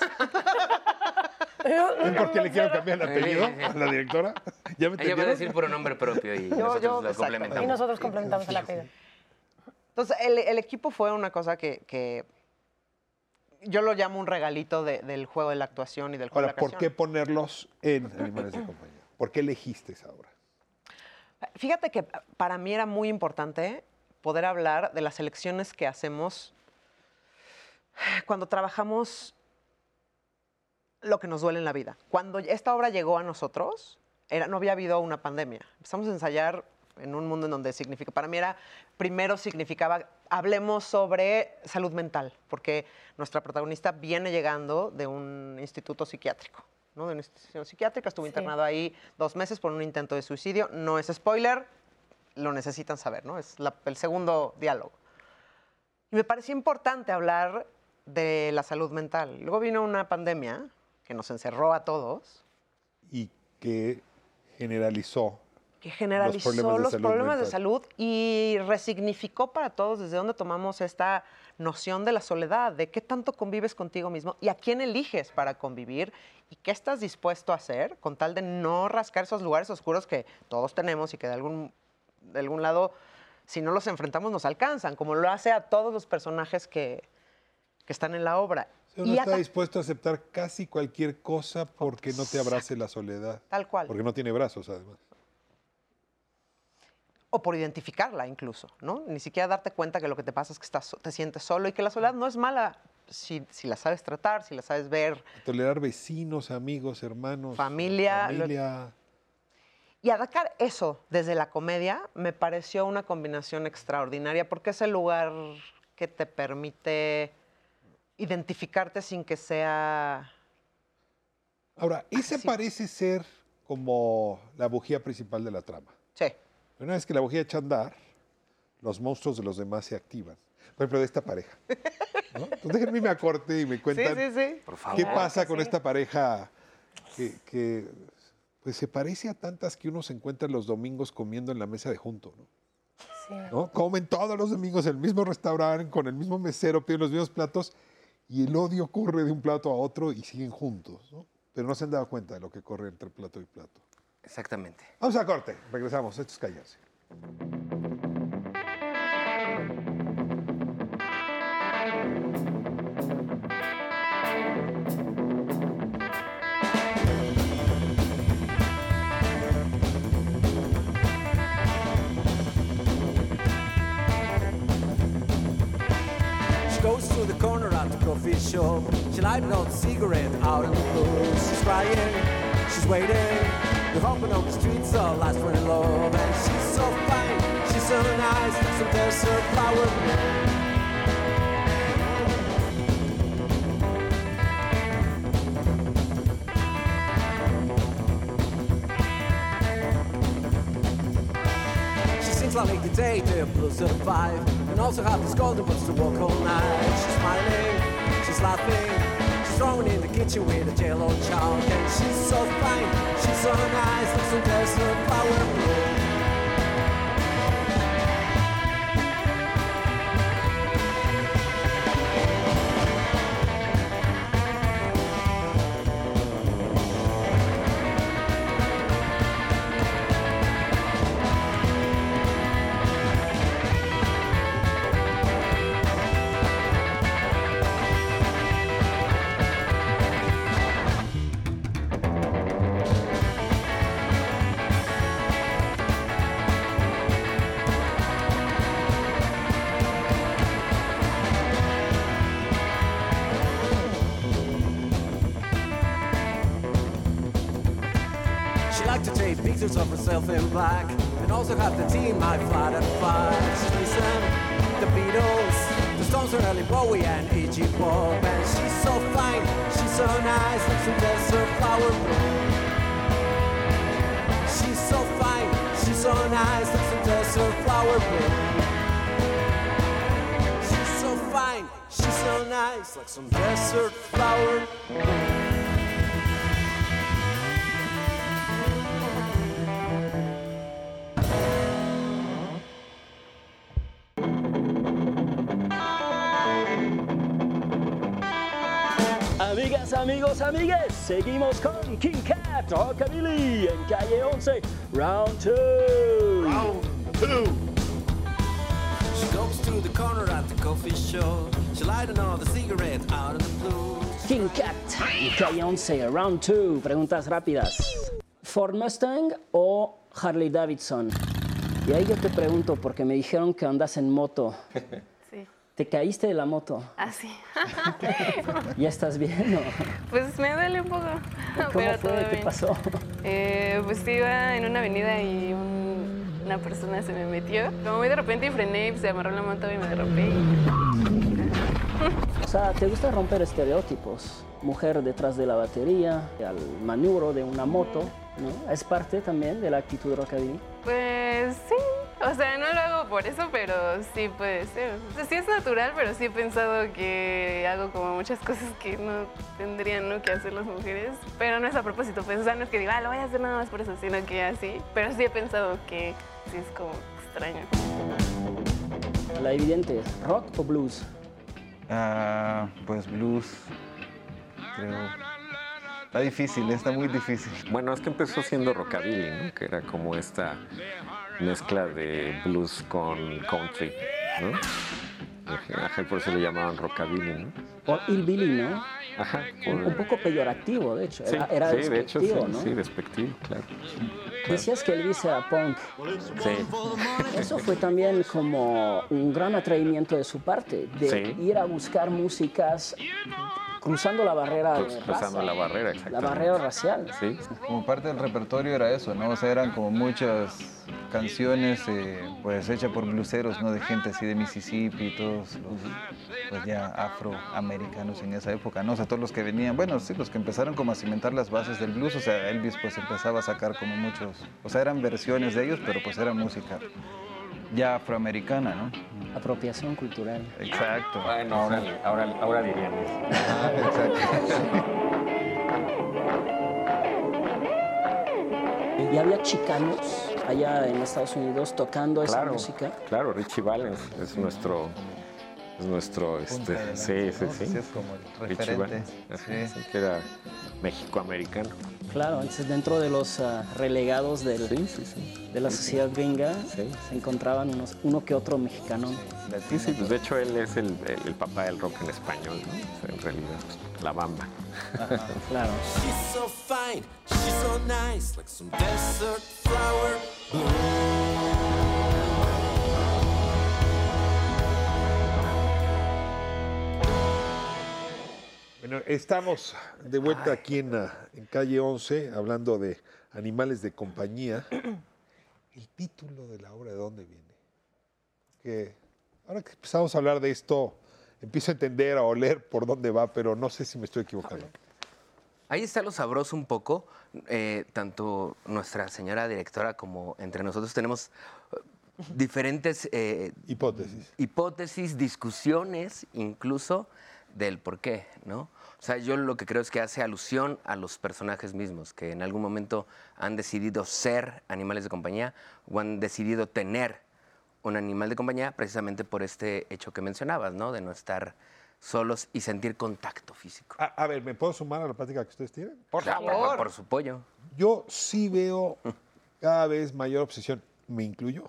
¿Ven por qué le quiero cambiar el apellido a la directora? ¿Ya me Ella va a entendieron? decir por un nombre propio y Yo- nosotros yo- lo exacto. complementamos. Y nosotros complementamos el apellido. Entonces, el, el equipo fue una cosa que, que yo lo llamo un regalito de- del juego de la actuación y del juego Ahora, de la ¿por qué ponerlos en Animales de Compañía? ¿Por qué elegiste esa obra? Fíjate que para mí era muy importante poder hablar de las elecciones que hacemos cuando trabajamos lo que nos duele en la vida. Cuando esta obra llegó a nosotros, era, no había habido una pandemia. Empezamos a ensayar en un mundo en donde significa, para mí era, primero significaba, hablemos sobre salud mental, porque nuestra protagonista viene llegando de un instituto psiquiátrico, ¿no? De una institución psiquiátrica, estuvo Sí. internado ahí dos meses por un intento de suicidio. No es spoiler, lo necesitan saber, ¿no? Es la- el segundo diálogo. Y me parecía importante hablar de la salud mental. Luego vino una pandemia que nos encerró a todos, Y que generalizó que generalizó Los problemas de los salud problemas de mental. salud y resignificó para todos desde dónde tomamos esta noción de la soledad, de qué tanto convives contigo mismo y a quién eliges para convivir y qué estás dispuesto a hacer con tal de no rascar esos lugares oscuros que todos tenemos y que de algún, de algún lado, si no los enfrentamos, nos alcanzan, como lo hace a todos los personajes que, que están en la obra. O sea, uno Y está acá- dispuesto a aceptar casi cualquier cosa porque no te abrace la soledad. Tal cual. Porque no tiene brazos, además. O por identificarla incluso, ¿no? Ni siquiera darte cuenta que lo que te pasa es que estás, so- te sientes solo y que la soledad no es mala si, si la sabes tratar, si la sabes ver. Tolerar vecinos, amigos, hermanos. Familia, lo- Familia. Y atacar eso desde la comedia me pareció una combinación extraordinaria porque es el lugar que te permite identificarte sin que sea... Ahora, esa sí. parece ser como la bujía principal de la trama. Sí. Una vez que la bujía echa a andar, los monstruos de los demás se activan. Por ejemplo, de esta pareja. ¿no? Entonces déjenme irme a corte y me cuentan Sí, sí, sí. Por favor. qué pasa que con sí. esta pareja que, que, pues, se parece a tantas que uno se encuentra los domingos comiendo en la mesa de junto. ¿no? Sí. ¿no? Comen todos los domingos en el mismo restaurante, con el mismo mesero, piden los mismos platos y el odio corre de un plato a otro y siguen juntos. ¿no? Pero no se han dado cuenta de lo que corre entre plato y plato. Exactamente. Vamos a corte, regresamos. Esto es Callarse. She goes to the corner at the coffee shop. She lighted up a cigarette out in the blues. She's crying, she's waiting. The hopping on the streets of last for love. And she's so fine, she's so nice, like some desert flower. Like the day, the blues of five, and also have this golden bus to walk all night. She's smiling, she's laughing, she's throwing in the kitchen with a jello child, and she's so fine, she's so nice, like some desert flower bloom. Pictures of herself in black, and also have the team I flat at five. She's listened the Beatles, the Stones are Ellie Bowie and Iggy Pop, and she's so fine, she's so nice, like some desert flower bloom. She's so fine, she's so nice, like some desert flower bloom. She's so fine, she's so nice, like some desert flower bloom. Amigas, amigos, amigues, seguimos con King Cat Rockabilly en Calle once, Round two. Round two. She goes to the corner at the coffee shop. She lighted another cigarette out of the blue. King Cat en Calle once, Round two. Preguntas rápidas. ¿Ford Mustang o Harley Davidson? Y ahí yo te pregunto, porque me dijeron que andas en moto. ¿Te caíste de la moto? Ah, sí. ¿Ya estás bien o? Pues me duele un poco. ¿Cómo pero fue? todo ¿Qué bien. pasó? Eh, pues iba en una avenida y un- una persona se me metió. Como muy de repente y frené y se amarró la moto y me derrapé. O sea, ¿te gusta romper estereotipos? Mujer detrás de la batería, al maniobro de una moto, ¿no? ¿Es parte también de la actitud rockabilly? Pues sí. O sea, no lo hago por eso, pero sí puede ser. O sea, sí es natural, pero sí he pensado que hago como muchas cosas que no tendrían, ¿no?, que hacer las mujeres. Pero no es a propósito, pues, o sea, no es que diga, ah, lo voy a hacer nada más por eso, sino que así. Pero sí he pensado que sí es como extraño. La evidente, ¿rock o blues? Ah, pues blues, creo. Está difícil, está muy difícil. Bueno, es que empezó siendo rockabilly, ¿no? Que era como esta mezcla de blues con country, ¿no? Ajá, por eso le llamaban rockabilly, ¿no? O hillbilly, ¿no? Ajá. Un, un poco peyorativo, de hecho. Sí, Era, era sí, de hecho, sí, despectivo, ¿no? sí, despectivo, claro. Decías que Elvis era punk. Sí. Eso fue también como un gran atrevimiento de su parte, de Sí. ir a buscar músicas cruzando la barrera de Cruzando raza, la barrera, la exactamente. barrera racial. Sí. Como parte del repertorio era eso, ¿no? O sea, eran como muchas canciones eh, pues hechas por bluseros, ¿no? De gente así de Mississippi y todos los pues ya afroamericanos en esa época, ¿no? O sea, todos los que venían, bueno, sí, los que empezaron como a cimentar las bases del blues, o sea, Elvis pues empezaba a sacar como muchos, o sea, eran versiones de ellos, pero pues era música ya afroamericana, ¿no? Apropiación cultural. Exacto. Bueno, ahora, ahora, ahora dirían eso. Ah, Y había chicanos allá en Estados Unidos tocando esa Claro, música. claro, Richie Valens es nuestro, es nuestro, este, de lanza, sí, sí, ¿no? sí. Sí, es como el Richie referente, Valens, ajá, sí. sí, que era mexicoamericano. Claro, entonces dentro de los ah, relegados del, de la sociedad gringa se encontraban unos, uno que otro mexicano. Sí, sí, pues de hecho él es el, el, el papá del rock en español, ¿no? O sea, en realidad, la bamba. Claro. She's so fine, she's so nice, like some desert flower bloom. Bueno, estamos de vuelta aquí en, en Calle once, hablando de animales de compañía. El título de la obra, ¿de dónde viene? Que ahora que empezamos a hablar de esto, empiezo a entender, a oler por dónde va, pero no sé si me estoy equivocando. Ahí está lo sabroso un poco. Eh, tanto nuestra señora directora como entre nosotros tenemos diferentes eh, hipótesis. hipótesis, discusiones incluso del por qué, ¿no? O sea, yo lo que creo es que hace alusión a los personajes mismos, que en algún momento han decidido ser animales de compañía o han decidido tener un animal de compañía precisamente por este hecho que mencionabas, ¿no? De no estar solos y sentir contacto físico. A, a ver, ¿me puedo sumar a la plática que ustedes tienen? Por favor. Por, por su pollo. Yo sí veo cada vez mayor obsesión, me incluyo,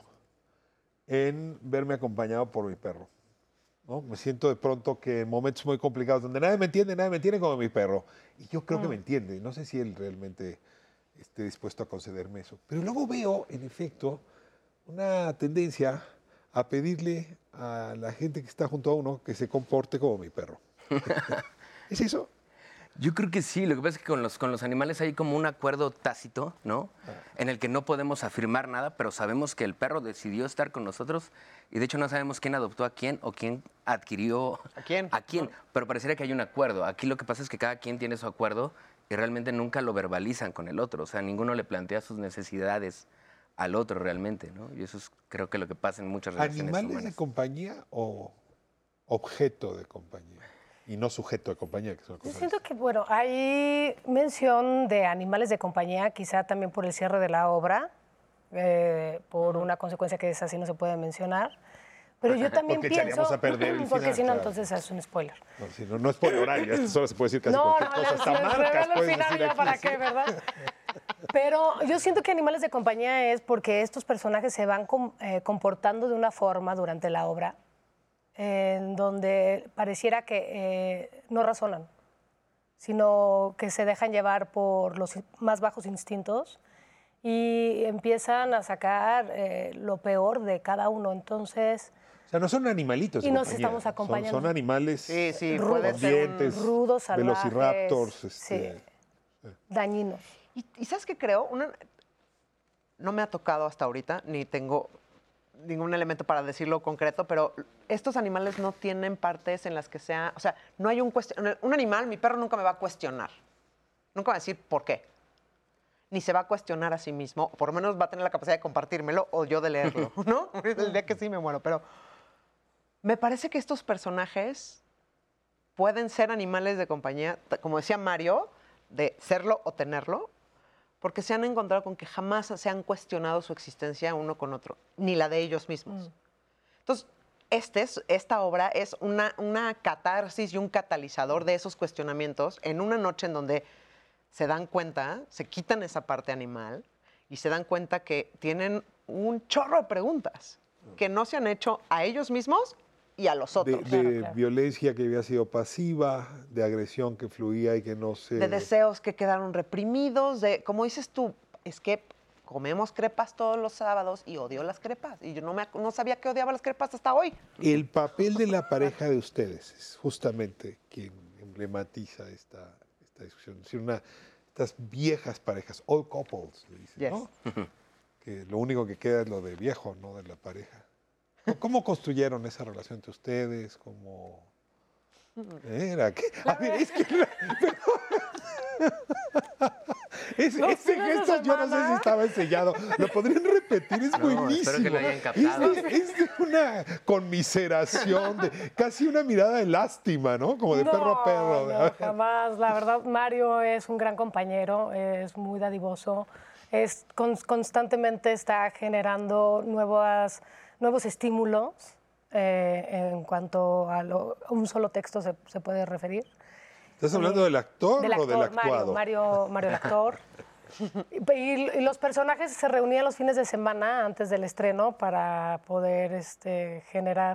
en verme acompañado por mi perro, ¿no? Me siento de pronto que en momentos muy complicados donde nadie me entiende, nadie me entiende como mi perro. Y yo creo mm. que me entiende. No sé si él realmente esté dispuesto a concederme eso. Pero luego veo, en efecto, una tendencia a pedirle a la gente que está junto a uno que se comporte como mi perro. ¿Es eso? Yo creo que sí. Lo que pasa es que con los, con los animales hay como un acuerdo tácito, ¿no? Ah. En el que no podemos afirmar nada, pero sabemos que el perro decidió estar con nosotros y de hecho no sabemos quién adoptó a quién o quién adquirió a quién. A quién. Pero pareciera que hay un acuerdo. Aquí lo que pasa es que cada quien tiene su acuerdo y realmente nunca lo verbalizan con el otro. O sea, ninguno le plantea sus necesidades al otro realmente, ¿no? Y eso es creo que lo que pasa en muchas relaciones ¿Animales humanas. de compañía o objeto de compañía? Y no sujeto de compañía, que es una cosa. Yo siento que, bueno, hay mención de animales de compañía, quizá también por el cierre de la obra, eh, por una consecuencia que es así no se puede mencionar. Pero yo también porque pienso... echaríamos a perder el porque final, si no, claro. entonces es un spoiler. No, si no, no es por horario, esto solo se puede decir casi no, cualquier no, cosa, no, hasta les marcas revelo el puedes final decir ya aquí, para sí. qué, ¿verdad? Pero yo siento que Animales de Compañía es porque estos personajes se van com, eh, comportando de una forma durante la obra en donde pareciera que eh, no razonan, sino que se dejan llevar por los más bajos instintos y empiezan a sacar eh, lo peor de cada uno. Entonces... O sea, no son animalitos de Y nos compañía, estamos acompañando. Son, son animales sí, sí, rudos, dientes, rudos, salvajes, velociraptors. sí, Este, dañinos. ¿Y, y sabes qué creo? Una, no me ha tocado hasta ahorita, ni tengo ningún elemento para decirlo concreto, pero estos animales no tienen partes en las que sea... O sea, no hay un cuestion... Un animal, mi perro nunca me va a cuestionar. Nunca va a decir por qué. Ni se va a cuestionar a sí mismo. Por lo menos va a tener la capacidad de compartírmelo o yo de leerlo, ¿no? El día que sí me muero. Pero me parece que estos personajes pueden ser animales de compañía, como decía Mario, de serlo o tenerlo, porque se han encontrado con que jamás se han cuestionado su existencia uno con otro, ni la de ellos mismos. Mm. Entonces, este es, esta obra es una, una catarsis y un catalizador de esos cuestionamientos en una noche en donde se dan cuenta, se quitan esa parte animal y se dan cuenta que tienen un chorro de preguntas que no se han hecho a ellos mismos y a los otros. De, de claro, claro. violencia que había sido pasiva, de agresión que fluía y que no se... De deseos que quedaron reprimidos, de, como dices tú, es que comemos crepas todos los sábados y odio las crepas. Y yo no, me, no sabía que odiaba las crepas hasta hoy. El papel de la pareja de ustedes es justamente quien emblematiza esta, esta discusión. Es decir, una, estas viejas parejas, old couples, le dicen, Yes. ¿no? Que lo único que queda es lo de viejo, no de la pareja. ¿Cómo construyeron esa relación entre ustedes? ¿Cómo era? ¿Qué? A ver, es que... Es, ese gesto yo no sé si estaba ensayado. ¿Lo podrían repetir? Es No, buenísimo. espero que lo hayan captado. Es de, es de una conmiseración, de, casi una mirada de lástima, ¿no? Como de no, perro a perro. No, jamás. La verdad, Mario es un gran compañero, es muy dadivoso, es con, constantemente está generando nuevas, nuevos estímulos eh, en cuanto a, lo, a un solo texto se, se puede referir. ¿Estás hablando del actor, del actor o del actuado? Mario, Mario, Mario el actor. y, y los personajes se reunían los fines de semana antes del estreno para poder este, generar...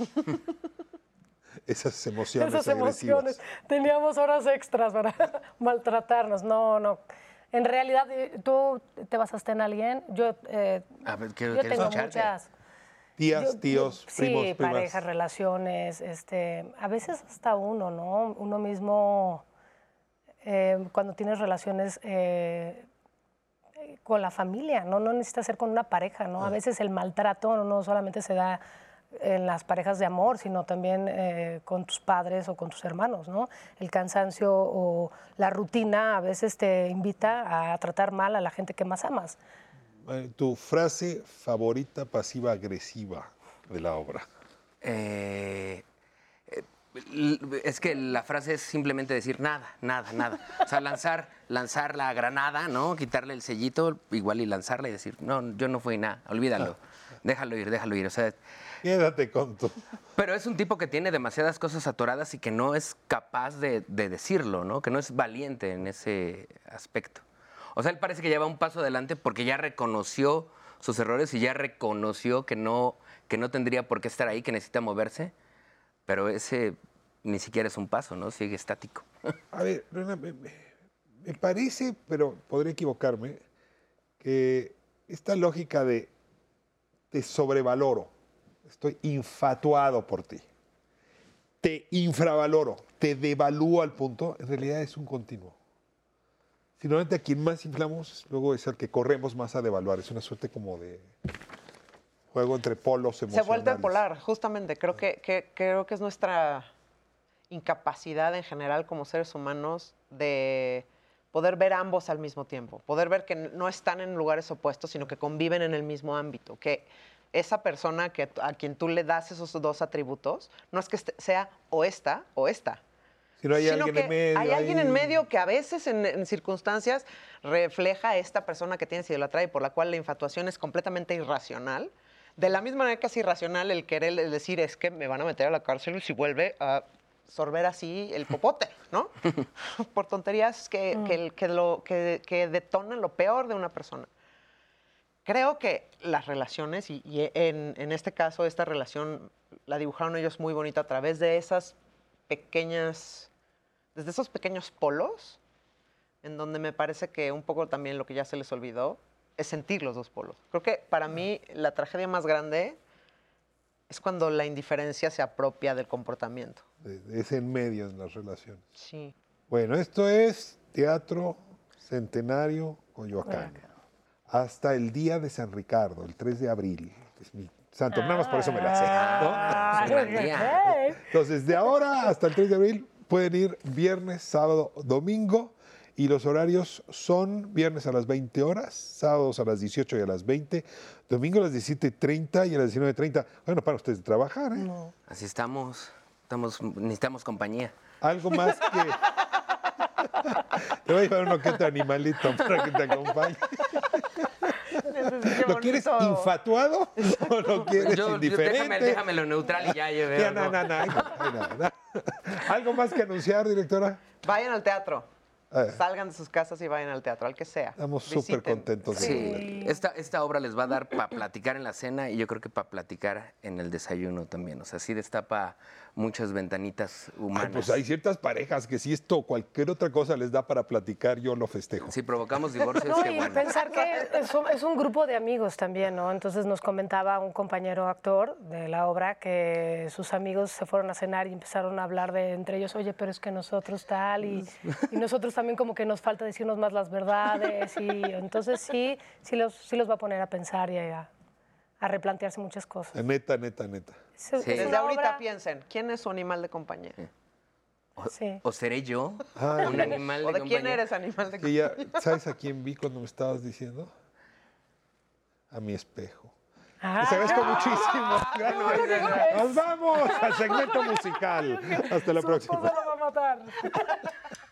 Esas emociones Esas agresivas. emociones. Teníamos horas extras para maltratarnos. No, no. En realidad, tú te basaste en alguien. Yo, eh, A ver, quiero, yo quiero tengo escucharte. muchas... Tías, Yo- tíos, sí, primos, primas. parejas, relaciones, este, a veces hasta uno, ¿no? Uno mismo, eh, cuando tienes relaciones eh, con la familia, ¿no? No necesita ser con una pareja, ¿no? A veces el maltrato no solamente se da en las parejas de amor, sino también eh, con tus padres o con tus hermanos, ¿no? El cansancio o la rutina a veces te invita a tratar mal a la gente que más amas. Eh, Tu frase favorita pasiva-agresiva de la obra. Eh, eh, l- es que la frase es simplemente decir nada, nada, nada. O sea, lanzar, lanzar la granada, ¿no? Quitarle el sellito, igual y lanzarla y decir, no, yo no fui nada, olvídalo. Déjalo ir, déjalo ir. O sea, quédate con tu. Pero es un tipo que tiene demasiadas cosas atoradas y que no es capaz de, de decirlo, ¿no? Que no es valiente en ese aspecto. O sea, él parece que ya va un paso adelante porque ya reconoció sus errores y ya reconoció que no, que no tendría por qué estar ahí, que necesita moverse. Pero ese ni siquiera es un paso, ¿no? Sigue estático. A ver, Lorena, me, me- me parece, pero podría equivocarme, que esta lógica de te sobrevaloro, estoy infatuado por ti, te infravaloro, te devalúo al punto, en realidad es un continuo. Si normalmente a quien más inflamos, luego es al que corremos más a devaluar. Es una suerte como de juego entre polos Se emocionales. vuelve polar, justamente. Creo que, que- creo que es nuestra incapacidad en general como seres humanos de poder ver ambos al mismo tiempo, poder ver que no están en lugares opuestos, sino que conviven en el mismo ámbito, que esa persona que, a quien tú le das esos dos atributos, no es que este- sea o esta o esta, Si no hay sino alguien que en medio. hay alguien ahí. en medio que a veces en, en circunstancias refleja a esta persona que tienes y la trae, por la cual la infatuación es completamente irracional. De la misma manera que es irracional el querer decir es que me van a meter a la cárcel si vuelve a sorber así el popote, ¿no? Por tonterías que, que, el- que lo, que, que detonan lo peor de una persona. Creo que las relaciones, y, y en, en este caso esta relación la dibujaron ellos muy bonito a través de esas pequeñas, desde esos pequeños polos, en donde me parece que un poco también lo que ya se les olvidó es sentir los dos polos. Creo que para mí la tragedia más grande es cuando la indiferencia se apropia del comportamiento. De- de ese en medio en las relaciones. Sí. Bueno, esto es Teatro Centenario Coyoacán. Hasta el día de San Ricardo, el tres de abril. Es mi santo, nada más por eso me la sé. Ah, ¿no? muy bien. Entonces, de ahora hasta el tres de abril pueden ir viernes, sábado, domingo. Y los horarios son viernes a las veinte horas, sábados a las dieciocho y a las veinte, domingo a las diecisiete treinta y a las diecinueve treinta. Bueno, para ustedes trabajar, ¿eh? Así estamos, estamos, necesitamos compañía. Algo más que... Te voy a llevar uno que otro animalito para que te acompañe. ¿Lo quieres infatuado o lo quieres Yo- yo- indiferente? déjame, déjame lo neutral y ya yo veo. Ya, no, no, no, ay, no, ay, no, no. ¿Algo más que anunciar, directora? Vayan al teatro. A ver. Salgan de sus casas y vayan al teatro, al que sea. Estamos súper Visiten. contentos de Sí, esta, esta obra les va a dar para platicar en la cena y yo creo que para platicar en el desayuno también. O sea, sí destapa muchas ventanitas Ay, humanas. pues hay ciertas parejas que si esto o cualquier otra cosa les da para platicar, yo lo festejo. Si provocamos divorcios, No, qué y bueno. pensar que es un, es un grupo de amigos también, ¿no? Entonces nos comentaba un compañero actor de la obra que sus amigos se fueron a cenar y empezaron a hablar de entre ellos, oye, pero es que nosotros tal, y, y nosotros también como que nos falta decirnos más las verdades, y entonces sí, sí los, sí los va a poner a pensar y a, a replantearse muchas cosas. Neta, neta, neta. Es- es Desde una ahorita obra- piensen, ¿quién es su animal de compañía? O, Sí. o seré yo Ay. un animal ¿O de de quién compañía? eres animal de Que compañía? ya, ¿sabes a quién vi cuando me estabas diciendo? A mi espejo. Ah. Les agradezco muchísimo. Gracias. Nos vamos al segmento musical. Hasta la Su próxima. esposa lo va a matar.